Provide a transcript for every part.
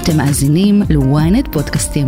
אתם מאזינים ל-ynet פודקאסטים.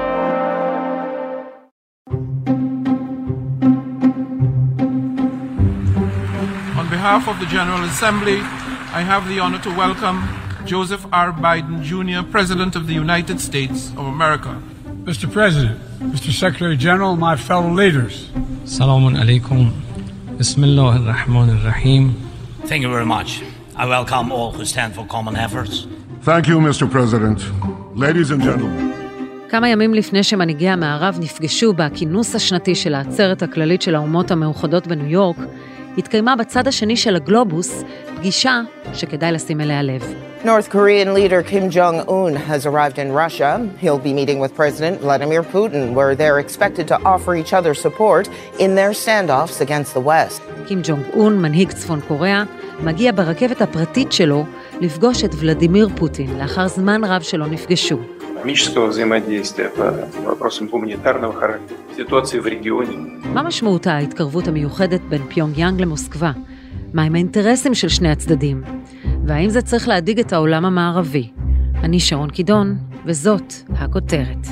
On behalf of the General Assembly, I have the honor to welcome Joseph R. Biden Jr., President of the United States of America. Mr. President, Mr. Secretary General, my fellow leaders. Salamun alaikum. Bismillah ar-Rahman ar-Rahim. Thank you very much. I welcome all who stand for common efforts. Thank you, Mr. President. Ladies and gentlemen. כמה ימים לפני שמנהיגי המערב נפגשו בכינוס השנתי של העצרת הכללית של האומות המאוחדות בניו יורק, התקיימה בצד השני של הגלובוס פגישה שכדאי לשים אליה לב. North Korean leader Kim Jong-un has arrived in Russia. He'll be meeting with President Vladimir Putin, where they're expected to offer each other support in their standoffs against the West. קים ג'ונג און, מנהיג צפון קוריאה, מגיע ברכבת הפרטית שלו לפגוש את ולדימיר פוטין, לאחר זמן רב שלא נפגשו. экономического взаимодействия по вопросам гуманитарного характера, ситуации в регионе. מה משמעות ההתקרבות המיוחדת בין פיונג יאנג למוסקבה? מהם האינטרסים של שני הצדדים? והאם זה צריך להדיג את העולם המערבי? אני שרון קידון, וזאת הכותרת.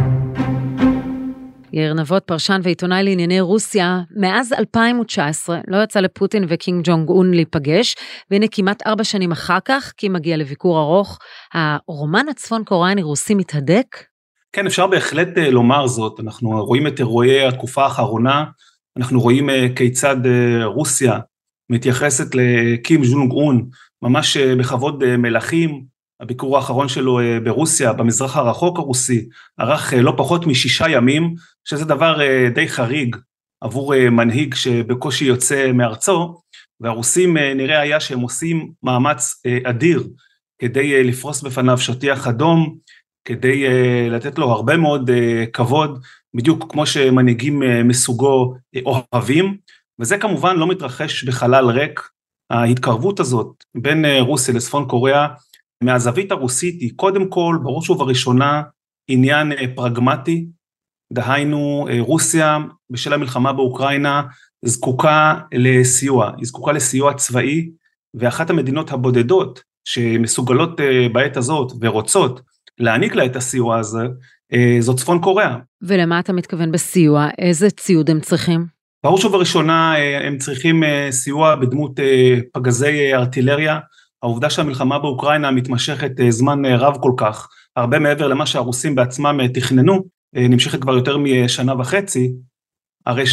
יאיר נבות, פרשן ועיתונאי לענייני רוסיה, מאז 2019 לא יצא לפוטין וקינג ג'ונג און להיפגש, והנה כמעט 4 שנים אחר כך, כי מגיע לביקור ארוך, הרומן הצפון קוריאני רוסי מתהדק? כן, אפשר בהחלט לומר זאת. אנחנו רואים את אירועי התקופה האחרונה, אנחנו רואים כיצד רוסיה מתייחסת לקים ג'ונג און, ממש בכבוד מלכים. הביקור האחרון שלו ברוסיה, במזרח הרחוק הרוסי, ארך לא פחות מ6 ימים, שזה דבר די חריג עבור מנהיג שבקושי יוצא מארצו, והרוסים נראה היה שהם עושים מאמץ אדיר, כדי לפרוס בפניו שטיח אדום, כדי לתת לו הרבה מאוד כבוד, בדיוק כמו שמנהיגים מסוגו אוהבים, וזה כמובן לא מתרחש בחלל ריק. ההתקרבות הזאת בין רוסיה לצפון קוריאה, מהזווית הרוסית היא קודם כל, בראש ובראשונה, עניין פרגמטי, דהיינו רוסיה בשל המלחמה באוקראינה זקוקה לסיוע, היא זקוקה לסיוע צבאי, ואחת המדינות הבודדות שמסוגלות בעת הזאת ורוצות להעניק לה את הסיוע הזה, זו צפון קוריאה. ולמה אתה מתכוון בסיוע? איזה ציוד הם צריכים? בראש ובראשונה הם צריכים סיוע בדמות פגזי ארטילריה, העובדה שהמלחמה באוקראינה מתמשכת זמן רב כל כך, הרבה מעבר למה שהרוסים בעצמם תכננו, נמשכת כבר יותר מ1.5 שנה, הרי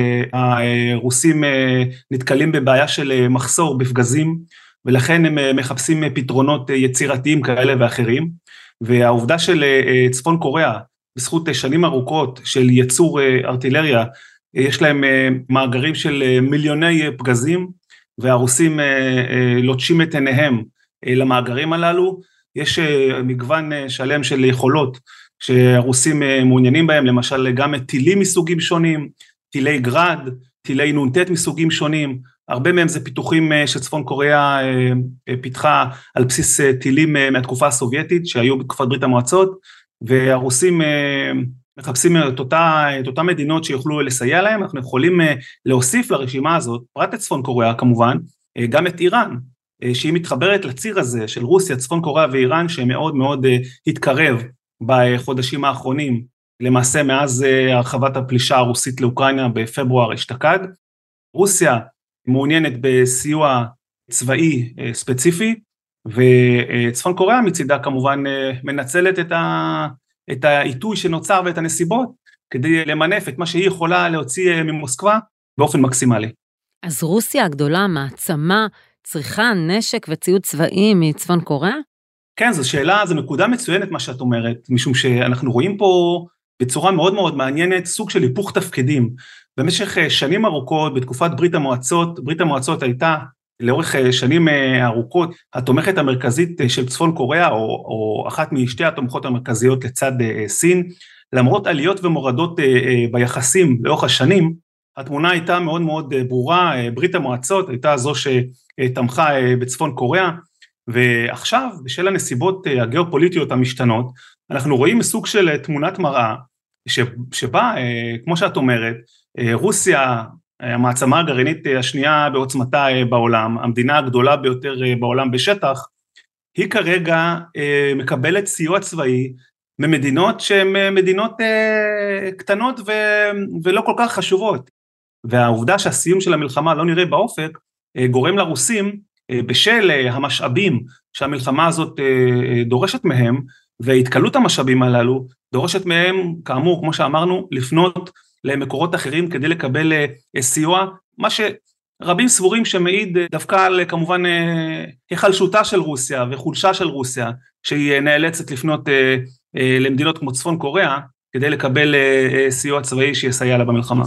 שהרוסים נתקלים בבעיה של מחסור בפגזים, ולכן הם מחפשים פתרונות יצירתיים כאלה ואחרים, והעובדה של צפון קוריאה, בזכות שנים ארוכות של ייצור ארטילריה, יש להם מאגרים של מיליוני פגזים, והרוסים לוטשים את עיניהם למאגרים הללו. יש מגוון שלם של יכולות שהרוסים מעוניינים בהם, למשל גם טילים מסוגים שונים, טילי גרד, טילי נונטט מסוגים שונים, הרבה מהם זה פיתוחים שצפון קוריאה פיתחה על בסיס טילים מהתקופה הסובייטית שהיו בתקופת ברית המועצות, והרוסים מחפשים את אותה מדינות שיוכלו לסייע להם. אנחנו יכולים להוסיף לרשימה הזאת, פרט את צפון קוריאה כמובן, גם את איראן, שהיא מתחברת לציר הזה של רוסיה, צפון קוריאה ואיראן, שמאוד מאוד התקרב בחודשים האחרונים, למעשה מאז הרחבת הפלישה הרוסית לאוקראינה בפברואר אשתקד. רוסיה מעוניינת בסיוע צבאי ספציפי, וצפון קוריאה מצידה כמובן מנצלת את העיתוי שנוצר ואת הנסיבות, כדי למנף את מה שהיא יכולה להוציא ממוסקבה באופן מקסימלי. אז רוסיה הגדולה, מעצמה, צריכה נשק וציוד צבאי מצפון קוריאה? כן, זו שאלה, זו נקודה מצוינת מה שאת אומרת, משום שאנחנו רואים פה בצורה מאוד מאוד מעניינת סוג של היפוך תפקידים. במשך שנים ארוכות, בתקופת ברית המועצות הייתה לאורך שנים ארוכות התומכת המרכזית של צפון קוריאה, או אחת משתי התומכות המרכזיות לצד סין. למרות עליות ומורדות ביחסים לאורך השנים, התמונה הייתה מאוד מאוד ברורה. ברית המועצות הייתה זו שתמכה בצפון קוריאה, ועכשיו בשל הנסיבות הגיאופוליטיות המשתנות, אנחנו רואים סוג של תמונת מראה, שבה, כמו שאת אומרת, רוסיה, המעצמה הגרעינית השנייה בעוצמתה בעולם, המדינה הגדולה ביותר בעולם בשטח, היא כרגע מקבלת סיוע צבאי ממדינות שהן מדינות קטנות ולא כל כך חשובות. והעובדה שהסיום של המלחמה לא נראה באופק, גורם לרוסים בשל המשאבים שהמלחמה הזאת דורשת מהם, והתקלות המשאבים הללו דורשת מהם, כאמור, כמו שאמרנו, לפנות למקורות אחרים כדי לקבל סיוע, מה שרבים סבורים שמעיד דווקא על כמובן החלשותה של רוסיה וחולשה של רוסיה, שהיא נאלצת לפנות למדינות כמו צפון קוריאה, כדי לקבל סיוע צבאי שיסייע לה במלחמה.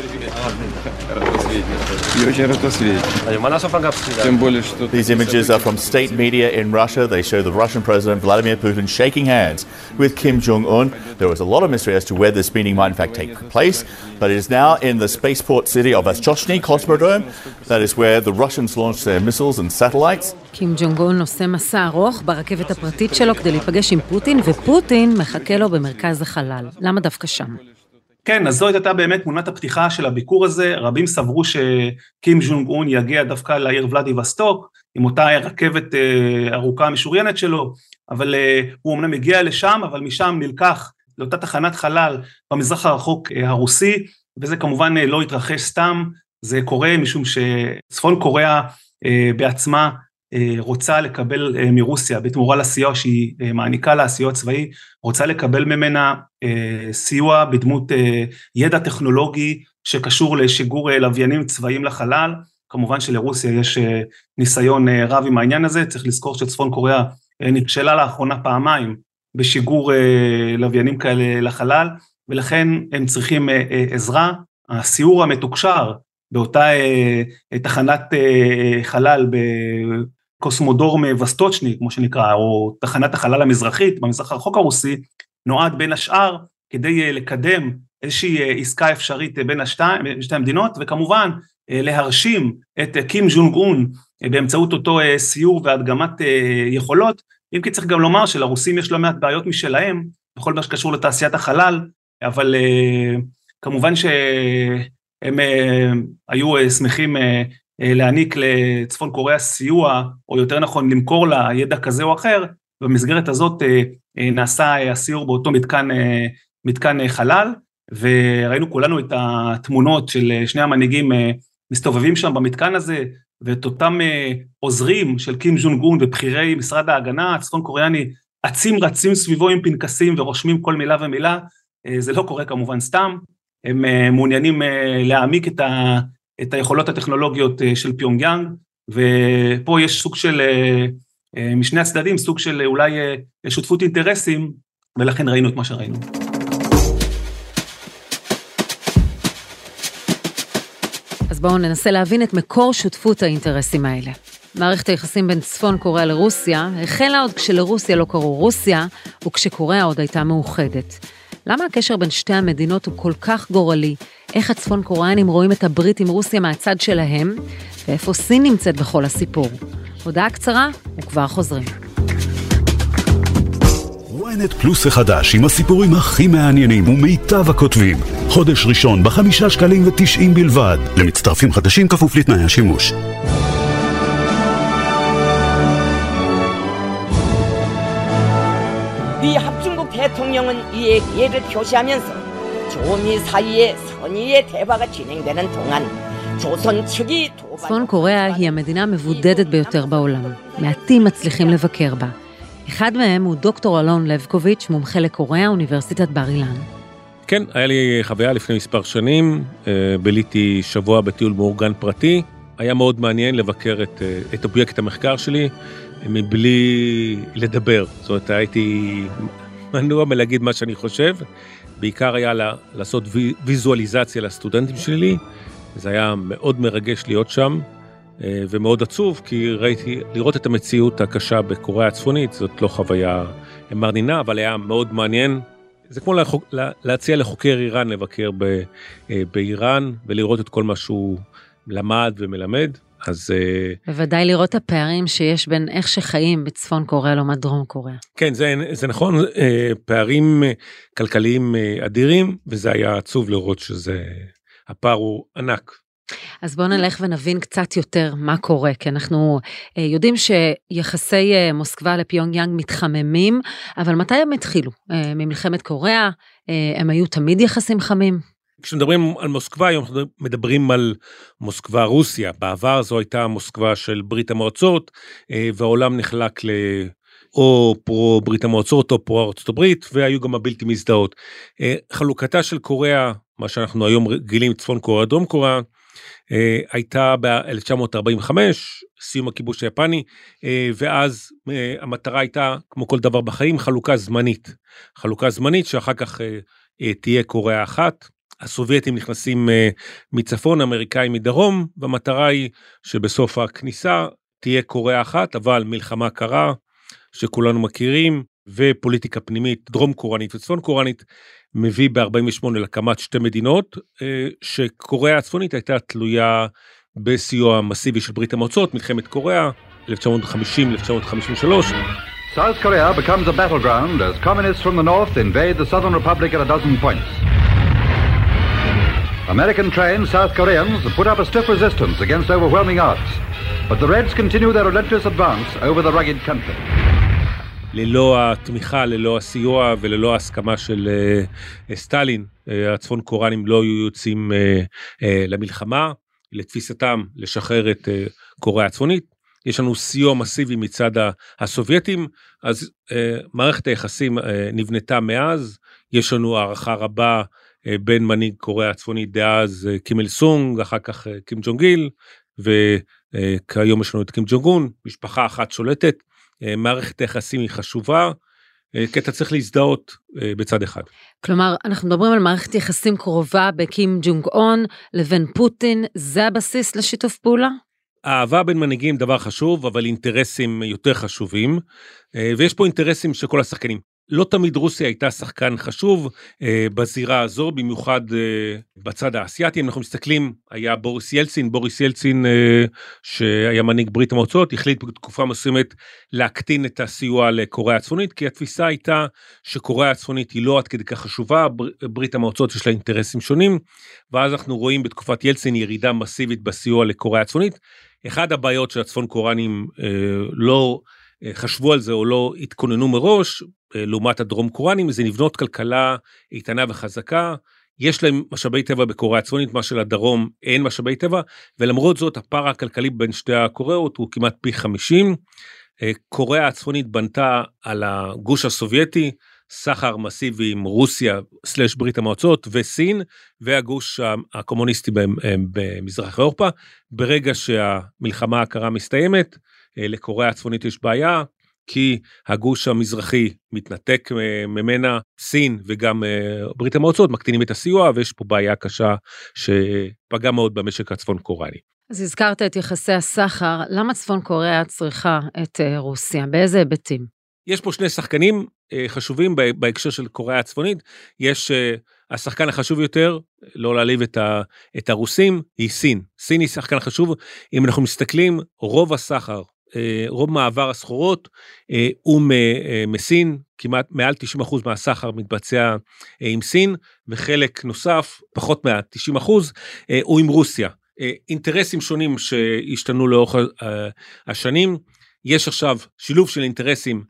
These images are from state media in Russia. They show the Russian President Vladimir Putin shaking hands with Kim Jong-un. There was a lot of mystery as to where this meeting might in fact take place, but it is now in the spaceport city of Vostochny Cosmodrome. That is where the Russians launched their missiles and satellites. קים ג'ונג און עושה מסע ארוך ברכבת הפרטית שלו כדי להיפגש עם פוטין, ופוטין מחכה לו במרכז החלל. למה דווקא שם? כן, אז זאת הייתה באמת תמונת הפתיחה של הביקור הזה. רבים סברו שקים ג'ונג און יגיע דווקא לעיר ולדיווסטוק, עם אותה רכבת ארוכה משוריינת שלו, אבל הוא אמנם הגיע לשם, אבל משם נלקח לאותה תחנת חלל במזרח הרחוק הרוסי, וזה כמובן לא התרחש סתם, זה קורה משום שצפון קוריאה בעצמה רוצה לקבל מרוסיה, בתמורה לסיוע שהיא מעניקה לה, סיוע צבאי, רוצה לקבל ממנה סיוע בדמות ידע טכנולוגי שקשור לשיגור לוויינים צבאיים לחלל. כמובן שלרוסיה יש ניסיון רב עם העניין הזה, צריך לזכור שצפון קוריאה נכשלה לאחרונה פעמיים בשיגור לוויינים כאלה לחלל, ולכן הם צריכים עזרה. הסיור המתוקשר באותה תחנת חלל בקוסמודרום וסטוצ'ני, כמו שנקרא, או תחנת החלל המזרחית במזרח הרחוק הרוסי, נועד בין השאר כדי לקדם איזושהי עסקה אפשרית בין שתי המדינות, וכמובן להרשים את קים ג'ונג און באמצעות אותו סיור והדגמת יכולות, אם כי צריך גם לומר שלרוסים יש לא מעט בעיות משלהם, בכל מה שקשור לתעשיית החלל, אבל כמובן שהם היו שמחים להעניק לצפון קוריאה סיוע, או יותר נכון למכור לה ידע כזה או אחר. במסגרת הזאת נעשה הסיור באותו מתקן חלל, וראינו כולנו את התמונות של שני המנהיגים מסתובבים שם במתקן הזה, ואת אותם עוזרים של קים ג'ונג און ובחירי משרד ההגנה הצפון קוריאני, רצים סביבו עם פנקסים ורושמים כל מילה ומילה. זה לא קורה כמובן סתם, הם מעוניינים להעמיק את היכולות הטכנולוגיות של פיונגיאנג, ופה יש סוג של, משני הצדדים, סוג של אולי שותפות אינטרסים, ולכן ראינו את מה שראינו. אז בואו ננסה להבין את מקור שותפות האינטרסים האלה. מערכת היחסים בין צפון קוריאה לרוסיה החלה עוד כשלרוסיה לא קראו רוסיה, וכשקוריאה עוד הייתה מאוחדת. למה הקשר בין שתי המדינות הוא כל כך גורלי? איך הצפון קוריאנים רואים את הברית עם רוסיה מהצד שלהם? ואיפה סין נמצאת בכל הסיפור? הודעה קצרה וכבר חוזרים. ynet פלוס החדש עם הסיפורים הכי מעניינים ומיטב הכותבים. חודש ראשון ב5.90 שקלים בלבד. למצטרפים חדשים כפוף לתנאי השימוש. 미 합중국 대통령은 이에 기회를 표시하면서 조미 사이의 선의의 대화가 진행되는 동안 조선 측이 צפון קוריאה היא המדינה המבודדת ביותר בעולם. מעטים מצליחים לבקר בה. אחד מהם הוא דוקטור אלון לבקוביץ', מומחה לקוריאה, אוניברסיטת בר אילן. כן, היה לי חוויה לפני מספר שנים, ביליתי שבוע בטיול מאורגן פרטי, היה מאוד מעניין לבקר את אובייקט המחקר שלי, מבלי לדבר. זאת אומרת, הייתי מנוע מלהגיד מה שאני חושב, בעיקר היה לעשות ויזואליזציה לסטודנטים שלי, זה היה מאוד מרגש להיות שם, ומאוד עצוב, כי ראיתי לראות את המציאות הקשה בקוריאה הצפונית, זאת לא חוויה מרנינה, אבל היה מאוד מעניין. זה כמו להציע לחוקר איראן לבקר באיראן, ולראות את כל מה שהוא למד ומלמד. אז בוודאי לראות הפערים שיש בין איך שחיים בצפון קוריאה לעומת דרום קוריאה. כן, זה נכון, פערים כלכליים אדירים, וזה היה עצוב לראות שזה, הפער הוא ענק. אז בואו נלך ונבין קצת יותר מה קורה, כי אנחנו יודעים שיחסי מוסקבה לפיונג יאנג מתחממים, אבל מתי הם התחילו? ממלחמת קוריאה, הם היו תמיד יחסים חמים? כשמדברים על מוסקבה, היום מדברים על מוסקבה רוסיה. בעבר זו הייתה מוסקבה של ברית המועצות, והעולם נחלק או פרו ברית המועצות או פרו ארצות הברית, והיו גם הבלתי מזדהות. חלוקתה של קוריאה, מה שאנחנו היום רגילים צפון קוריאה, דרום קוריאה, הייתה ב-1945, סיום הכיבוש היפני, ואז המטרה הייתה, כמו כל דבר בחיים, חלוקה זמנית. חלוקה זמנית שאחר כך תהיה קוריאה אחת, הסובייטים נכנסים מצפון, האמריקאים מדרום, והמטרה היא שבסוף הכניסה תהיה קוריאה אחת, אבל מלחמה קרה, שכולנו מכירים, ופוליטיקה פנימית דרום קוריאנית וצפון קוריאנית, מביא ב-48 להקמת שתי מדינות, שקוריאה הצפונית הייתה תלויה בסיוע מסיבי של ברית המועצות, מלחמת קוריאה, 1950-1953. South Korea becomes a battleground as communists from the north invade the Southern Republic at a dozen points. American trained South Koreans put up a stiff resistance against overwhelming odds, but the Reds continue their relentless advance over the rugged country. ללא התמיכה, ללא הסיוע וללא ההסכמה של סטלין, הצפון קוריאנים לא היו יוצאים למלחמה, לתפיסתם לשחרר את קוריאה הצפונית. יש לנו סיוע מסיבי מצד הסובייטים, אז מערכת היחסים נבנתה מאז, יש לנו הערכה רבה בין מנהיג קוריאה הצפונית דאז קים אל סונג, אחר כך קים ג'ונג איל, וכיום יש לנו את קים ג'ונג און, משפחה אחת שולטת, מערכת היחסים היא חשובה, כי אתה צריך להזדהות בצד אחד. כלומר, אנחנו מדברים על מערכת יחסים קרובה בקים ג'ונג און לבין פוטין, זה הבסיס לשיתוף פעולה? האהבה בין מנהיגים דבר חשוב, אבל אינטרסים יותר חשובים, ויש פה אינטרסים של כל השחקנים. לא תמיד רוסיה הייתה שחקן חשוב בזירה הזו, במיוחד בצד האסייתי. אם אנחנו מסתכלים, היה בוריס ילצין שהיה מנהיג ברית המועצות, החליט בתקופה מסוימת להקטין את הסיוע לקוריאה הצפונית, כי התפיסה הייתה שקוריאה הצפונית היא לא עד כדי כך חשובה, ברית המועצות יש לה אינטרסים שונים, ואז אנחנו רואים בתקופת ילצין ירידה מסיבית בסיוע לקוריאה הצפונית. אחד הבעיות שהצפון קוריאנים לא חשבו על זה או לא התכוננו מראש, לעומת הדרום קוריאנים, זה לבנות כלכלה איתנה וחזקה, יש להם משאבי טבע בקוריאה הצפונית, מה שלדרום אין משאבי טבע, ולמרות זאת הפער הכלכלי בין שתי הקוריאות הוא כמעט פי 50, קוריאה הצפונית בנתה על הגוש הסובייטי, סחר מסיבי עם רוסיה / ברית המועצות וסין, והגוש הקומוניסטי במזרח אירופה, ברגע שהמלחמה הקרה מסתיימת, לקוריאה הצפונית יש בעיה, כי הגוש המזרחי מתנתק ממנה, סין וגם ברית המועצות מקטינים את הסיוע, ויש פה בעיה קשה שפגעה מאוד במשק הצפון קוריאני. אז הזכרת את יחסי הסחר, למה צפון קוריאה צריכה את רוסיה? באיזה היבטים? יש פה שני שחקנים חשובים בהקשר של קוריאה הצפונית, יש השחקן החשוב יותר, לא להעליב את הרוסים, היא סין. סין היא שחקן חשוב, אם אנחנו מסתכלים, רוב הסחר, רוב מעבר הסחורות הוא מסין, כמעט מעל 90% מהסחר מתבצע עם סין, וחלק נוסף, פחות מה-90%, הוא עם רוסיה. אינטרסים שונים שהשתנו לאורך השנים, יש עכשיו שילוב של אינטרסים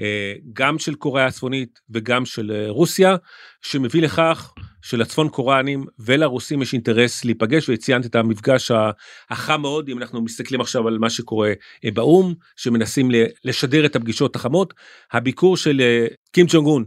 גם של קוריאה הצפונית וגם של רוסיה, שמביא לכך שלצפון קוריאנים ולרוסים יש אינטרס להיפגש, וציינת את המפגש החם מאוד, אם אנחנו מסתכלים עכשיו על מה שקורה באום, שמנסים לשדר את הפגישות החמות. הביקור של קים ג'ונג און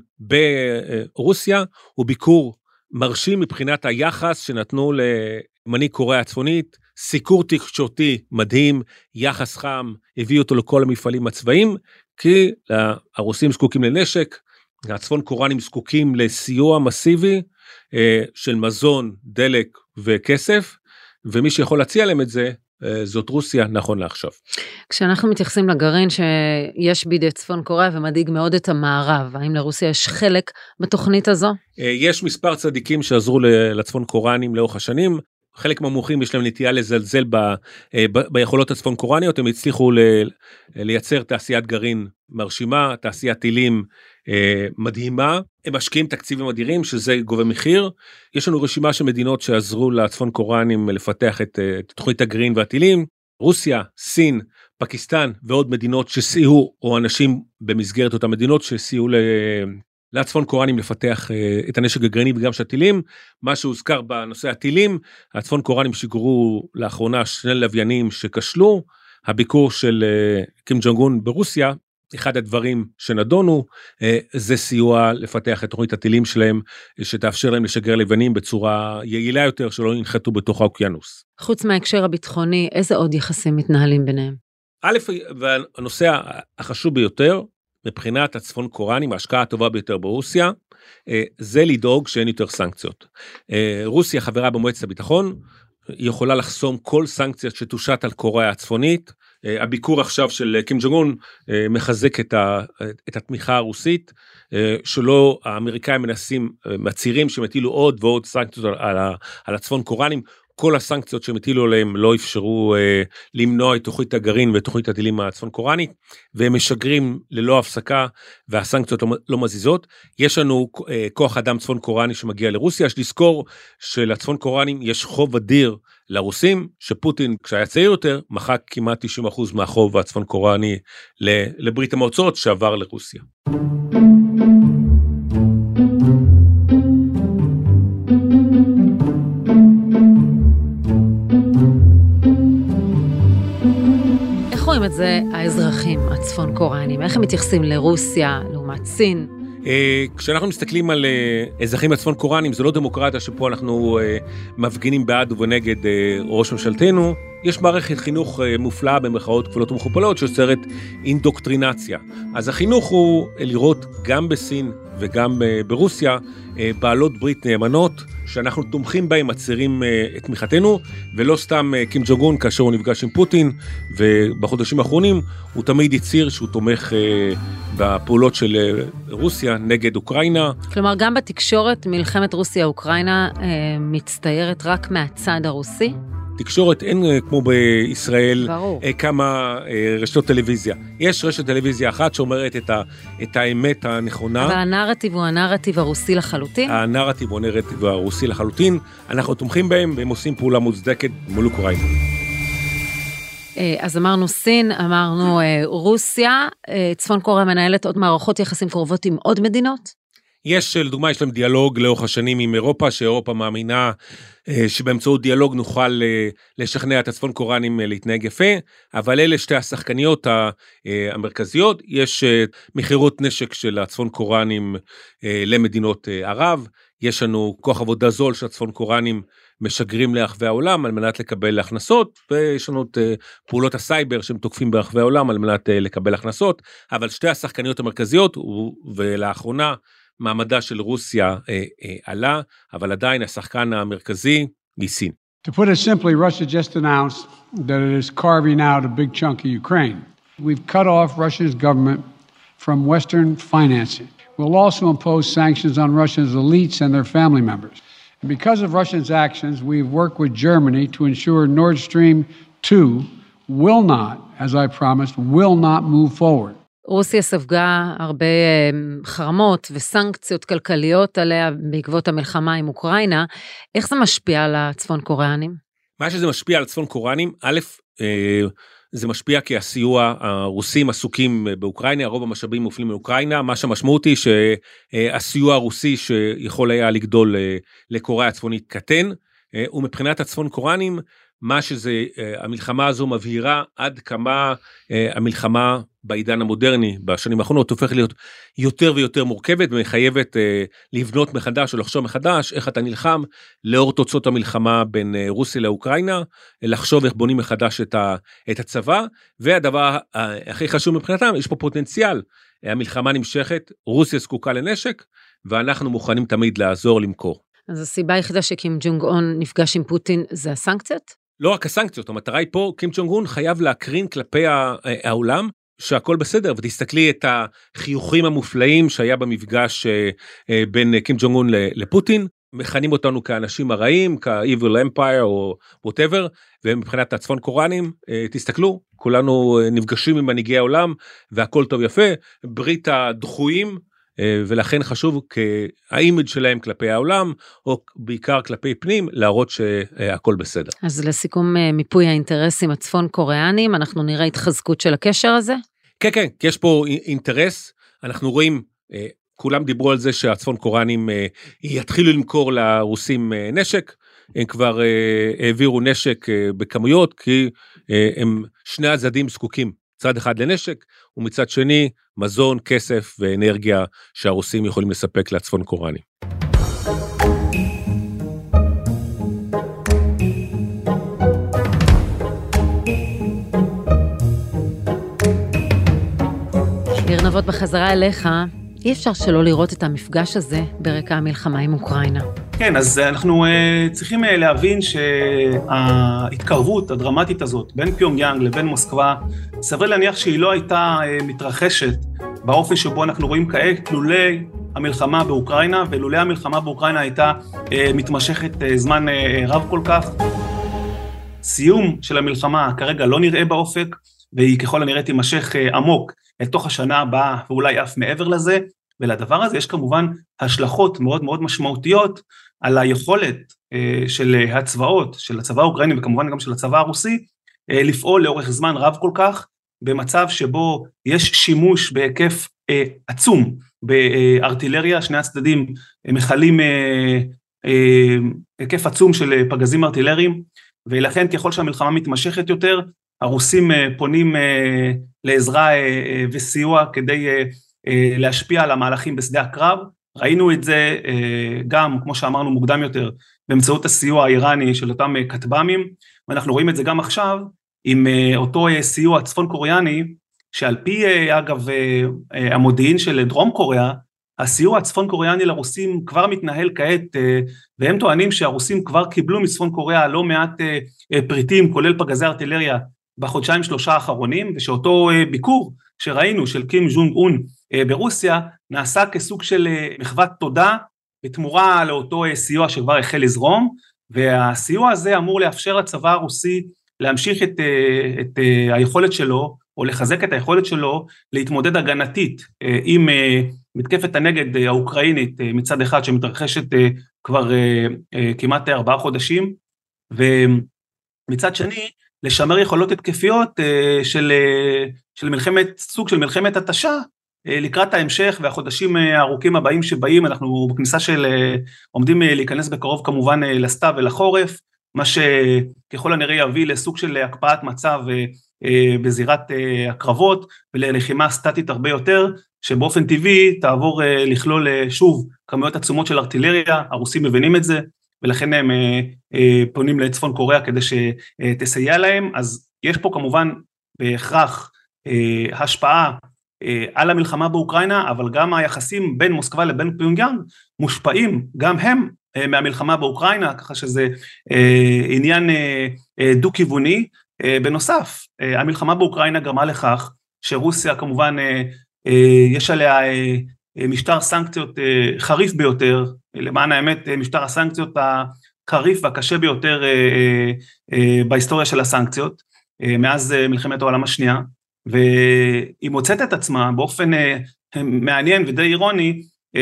ברוסיה הוא ביקור מרשים מבחינת היחס שנתנו למנהיג קוריאה הצפונית, סיקור תקשורתי מדהים, יחס חם, הביא אותו לכל המפעלים הצבאיים, כי הרוסים זקוקים לנשק, הצפון קוריאנים זקוקים לסיוע מסיבי של מזון, דלק וכסף, ומי שיכול להציע להם את זה, זאת רוסיה נכון לעכשיו. כשאנחנו מתייחסים לגרעין שיש בידי צפון קוריאה ומדאיג מאוד את המערב, האם לרוסיה יש חלק בתוכנית הזו? יש מספר צדיקים שעזרו לצפון קוריאנים לאורך השנים, חלק מהמומחים יש להם נטייה לזלזל ביכולות הצפון קוריאניות, הם הצליחו לייצר תעשיית גרעין מרשימה, תעשיית טילים מדהימה, הם משקיעים תקציבים אדירים שזה גובה מחיר, יש לנו רשימה של מדינות שעזרו לצפון קוריאנים לפתח את תוכנית הגרעין והטילים, רוסיה, סין, פקיסטן ועוד מדינות שסייעו, או אנשים במסגרת אותן מדינות שסייעו לצפון קוריאנים לפתח את הנשק הגרעיני וגם של הטילים. מה שהוזכר בנושא הטילים, הצפון קוריאנים שיגרו לאחרונה 2 לוויינים שכשלו, הביקור של קים ג'ונג און ברוסיה, אחד הדברים שנדונו, זה סיוע לפתח את תוכנית הטילים שלהם, שתאפשר להם לשגר לוויינים בצורה יעילה יותר, שלא ינחתו בתוך האוקיינוס. חוץ מההקשר הביטחוני, איזה עוד יחסים מתנהלים ביניהם? א', והנושא החשוב ביותר, מבחינת הצפון קוריאנים, ההשקעה הטובה ביותר ברוסיה, זה לדאוג שאין יותר סנקציות. רוסיה חברה במועצת הביטחון, היא יכולה לחסום כל סנקציה שתושת על קוריאה הצפונית, הביקור עכשיו של קים ג'ונג און מחזק את התמיכה הרוסית, שלא האמריקאים מנסים, מצהירים שמטילו עוד ועוד סנקציות על הצפון קוריאנים, כל הסנקציות שהם הטילו עליהם לא אפשרו למנוע את תוכנית הגרעין ואת תוכנית הטילים הצפון קוריאנית, והם משגרים ללא הפסקה, והסנקציות לא מזיזות. יש לנו כוח אדם צפון קוריאני שמגיע לרוסיה, יש לזכור שלצפון קוריאנים יש חוב אדיר לרוסים, שפוטין כשהיה צעיר יותר, מחק כמעט 90% מהחוב הצפון קוריאני לברית המועצות שעבר לרוסיה. רואים את זה האזרחים הצפון קוריאנים, איך הם מתייחסים לרוסיה, לעומת סין? כשאנחנו מסתכלים על אזרחים הצפון קוריאנים, זה לא דמוקרטיה שפה אנחנו מפגינים בעד ונגד ראש ממשלתנו, יש מערכת חינוך מופלאה במרכאות כפולות ומכופלות שיוצרת אינדוקטרינציה. אז החינוך הוא לראות גם בסין וגם ברוסיה בעלות ברית נאמנות, שאנחנו תומכים בהם, מצהירים את תמיכתנו, ולא סתם קים ג'ונג און כאשר הוא נפגש עם פוטין, ובחודשים האחרונים הוא תמיד הצהיר שהוא תומך בפעולות של רוסיה נגד אוקראינה. כלומר, גם בתקשורת מלחמת רוסיה-אוקראינה מצטיירת רק מהצד הרוסי? תקשורת אין כמו בישראל כמה רשתות טלוויזיה. יש רשת טלוויזיה אחת שאומרת את האמת הנכונה. אבל הנרטיב הוא הנרטיב הרוסי לחלוטין? הנרטיב הוא הנרטיב הרוסי לחלוטין. אנחנו תומכים בהם והם עושים פעולה מוצדקת מול אוקראינה. אז אמרנו סין, אמרנו רוסיה, צפון קוריאה מנהלת עוד מערכות יחסים קרובות עם עוד מדינות? יש, לדוגמה, יש להם דיאלוג לאורך השנים עם אירופה, שאירופה מאמינה שבאמצעות דיאלוג נוכל לשכנע את הצפון קוריאנים להתנהג יפה, אבל אלה שתי השחקניות המרכזיות, יש מחירות נשק של הצפון קוריאנים למדינות ערב, יש לנו כוח עבודה זול שהצפון קוריאנים משגרים לרחבי העולם על מנת לקבל הכנסות, ויש לנו את פעולות הסייבר שהם תוקפים ברחבי העולם על מנת לקבל הכנסות, אבל שתי השחקניות המרכזיות, ולאחרונה מעמדה של רוסיה עלה, אבל עדיין השחקן המרכזי היא סין. To put it simply, Russia just announced that it is carving out a big chunk of Ukraine. We've cut off Russia's government from Western financing. We'll also impose sanctions on Russia's elites and their family members. And because of Russia's actions, we've worked with Germany to ensure Nord Stream 2 will not, as I promised, will not move forward. רוסיה ספגה הרבה חרמות וסנקציות כלכליות עליה בעקבות המלחמה עם אוקראינה. איך זה משפיע על הצפון קוריאנים? מה שזה משפיע על הצפון קוריאנים, א', זה משפיע כי הסיוע הרוסים עסוקים באוקראינה, רוב המשאבים מופנים לאוקראינה, מה שהמשמעות היא שהסיוע הרוסי שיכול היה לגדול לקוריאה הצפונית קטן, ומבחינת הצפון קוריאנים, מה שזה, המלחמה הזו מבהירה עד כמה המלחמה בעידן המודרני בשנים האחרונות הופך להיות יותר ויותר מורכבת ומחייבת לבנות מחדש או לחשוב מחדש איך אתה נלחם לאור תוצאות המלחמה בין רוסיה לאוקראינה, לחשוב איך בונים מחדש את הצבא, והדבר הכי חשוב מבחינתם, יש פה פוטנציאל, המלחמה נמשכת, רוסיה זקוקה לנשק ואנחנו מוכנים תמיד לעזור למכור. אז הסיבה היחידה שקים ג'ונג און נפגש עם פוטין זה הסנקציות? לא רק הסנקציות, המטרה היא פה, קים ג'ונג און חייב להקרין כלפי העולם, שהכל בסדר, ותסתכלי את החיוכים המופלאים שהיה במפגש בין קים ג'ונג און לפוטין, מכנים אותנו כאנשים הרעים, כ-Evil Empire או whatever, ומבחינת הצפון קוריאנים, תסתכלו, כולנו נפגשים עם מנהיגי העולם, והכל טוב יפה, ברית הדחויים, ולכן חשוב האימג' שלהם כלפי העולם, או בעיקר כלפי פנים, להראות שהכל בסדר. אז לסיכום מיפוי האינטרסים הצפון קוריאנים, אנחנו נראה התחזקות של הקשר הזה? כן, כן, כי יש פה אינטרס, אנחנו רואים, כולם דיברו על זה שהצפון קוריאנים יתחילו למכור לרוסים נשק, הם כבר העבירו נשק בכמויות, כי הם שני הצדדים זקוקים, צד אחד לנשק, ומצד שני מזון, כסף ואנרגיה שהרוסים יכולים לספק לצפון קוריאנים. שיר נבות בחזרה אליך, אי אפשר שלא לראות את המפגש הזה ברקע המלחמה עם אוקראינה. כן, אז אנחנו צריכים להבין שההתקרבות הדרמטית הזאת בין פיונגיאנג לבין מוסקבה, סביר להניח שהיא לא הייתה מתרחשת באופן שבו אנחנו רואים כעת, לולא המלחמה באוקראינה, ולולא המלחמה באוקראינה הייתה מתמשכת זמן רב כל כך. סיום של המלחמה כרגע לא נראה באופק, והיא ככל הנראה תימשך עמוק לתוך השנה הבאה, ואולי אף מעבר לזה, ולדבר הזה יש כמובן השלכות מאוד מאוד משמעותיות על היכולת של הצבאות, של הצבא האוקראיני וכמובן גם של הצבא הרוסי, לפעול לאורך זמן רב כל כך, במצב שבו יש שימוש בהיקף עצום בארטילריה, שני הצדדים מחלים היקף עצום של פגזים ארטילריים, ולכן ככל שהמלחמה מתמשכת יותר, הרוסים פונים לעזרה וסיוע כדי להשפיע על המהלכים בשדה הקרב. ראינו את זה גם, כמו שאמרנו מוקדם יותר, באמצעות הסיוע האיראני של אותם כטב"מים, ואנחנו רואים את זה גם עכשיו עם אותו סיוע צפון קוריאני, שעל פי אגב המודיעין של דרום קוריאה, הסיוע הצפון קוריאני לרוסים כבר מתנהל כעת, והם טוענים שהרוסים כבר קיבלו מצפון קוריאה לא מעט פריטים, כולל פגזי ארטילריה, בחודשיים שלושה האחרונים, ושאותו ביקור שראינו של קים ז'ונג און ברוסיה, נעשה כסוג של מחוות תודה, בתמורה לאותו סיוע שכבר החל לזרום, והסיוע הזה אמור לאפשר לצבא הרוסי להמשיך את היכולת שלו, או לחזק את היכולת שלו להתמודד הגנתית עם מתקפת הנגד האוקראינית מצד אחד שמתרחשת כבר כמעט 4 חודשים, ומצד שני לשמר יכולות התקפיות של מלחמת, סוג של מלחמת התשה, לקראת ההמשך והחודשים הארוכים הבאים שבאים, אנחנו בכניסה של, עומדים להיכנס בקרוב כמובן לסתיו ולחורף, מה שככל הנראה יביא לסוג של הקפאת מצב בזירת הקרבות, וללחימה סטטית הרבה יותר, שבאופן טבעי תעבור לכלול שוב כמויות עצומות של ארטילריה, הרוסים מבינים את זה, ולכן הם פונים לצפון קוריאה כדי שתסייע להם, אז יש פה כמובן בהכרח השפעה על המלחמה באוקראינה, אבל גם היחסים בין מוסקבה לבין פיונגיאנג מושפעים גם הם מהמלחמה באוקראינה, ככה שזה עניין דו-כיווני. בנוסף, המלחמה באוקראינה גרמה לכך שרוסיה כמובן יש עליה משטר סנקציות חריף ביותר, למען האמת משטר הסנקציות החריף והקשה ביותר בהיסטוריה של הסנקציות, מאז מלחמת העולם השנייה, והיא מוצאת את עצמה באופן מעניין ודי אירוני,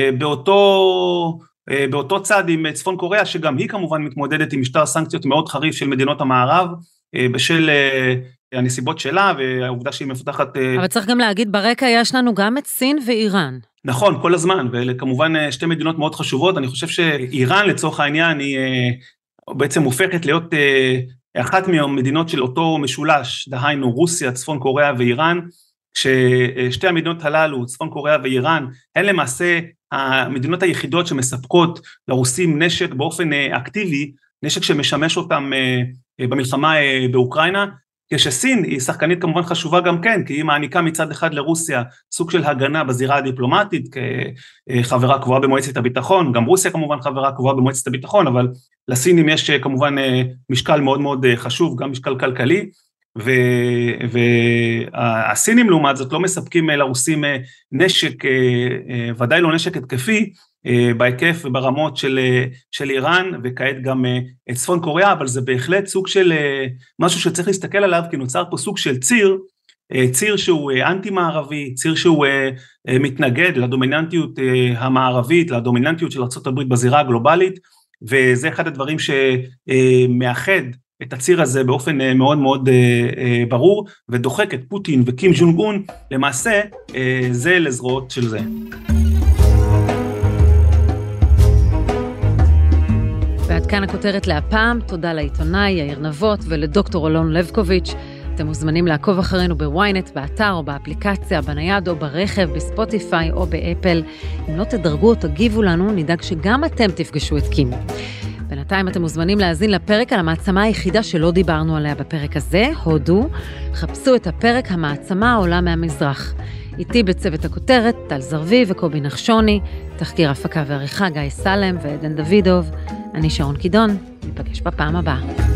באותו צד עם צפון קוריאה, שגם היא כמובן מתמודדת עם משטר סנקציות מאוד חריף של מדינות המערב, בשל הנסיבות שלה והעובדה שהיא מפותחת. אבל צריך גם להגיד, ברקע יש לנו גם את סין ואיראן. נכון, כל הזמן, וכמובן שתי מדינות מאוד חשובות. אני חושב שאיראן לצורך העניין היא בעצם הופכת להיות אחת מהמדינות של אותו משולש, דהיינו רוסיה, צפון קוריאה ואיראן, ששתי המדינות הללו, צפון קוריאה ואיראן, הן למעשה המדינות היחידות שמספקות לרוסים נשק באופן אקטיבי, נשק שמשמש אותם במלחמה באוקראינה, כשסין היא שחקנית כמובן חשובה גם כן, כי היא מעניקה מצד אחד לרוסיה סוג של הגנה בזירה הדיפלומטית, כחברה קבועה במועצת הביטחון, גם רוסיה כמובן חברה קבועה במועצת הביטחון, אבל לסינים יש כמובן משקל מאוד מאוד חשוב, גם משקל כלכלי, והסינים לעומת זאת לא מספקים לרוסים נשק, ודאי לא נשק התקפי, בהיקף וברמות של איראן, וכעת גם צפון קוריאה, אבל זה בהחלט סוג של משהו שצריך להסתכל עליו, כי נוצר פה סוג של ציר שהוא אנטי-מערבי, ציר שהוא מתנגד לדומיננטיות המערבית, לדומיננטיות של ארצות הברית בזירה הגלובלית, וזה אחד הדברים שמאחד את הציר הזה באופן מאוד מאוד ברור, ודוחק את פוטין וקים ז'ונג און, למעשה זה לזרועות של זה. ועד כאן הכותרת להפעם, תודה לעיתונאי יאיר נבות ולדוקטור אלון לבקוביץ'. אתם מוזמנים לעקוב אחרינו בוויינט, באתר או באפליקציה, בנייד או ברכב, בספוטיפיי או באפל. אם לא תדרגו או תגיבו לנו, נדאג שגם אתם תפגשו את קים. בינתיים אתם מוזמנים להאזין לפרק על המעצמה היחידה שלא דיברנו עליה בפרק הזה, הודו. חפשו את הפרק המעצמה העולה מהמזרח. איתי בצוות הכותרת, טל זרבי וקובי נחשוני, תחקיר הפקה ועריכה גיא סלם ועדן דוידוב. אני שרון קידון, ניפגש בפעם הבאה.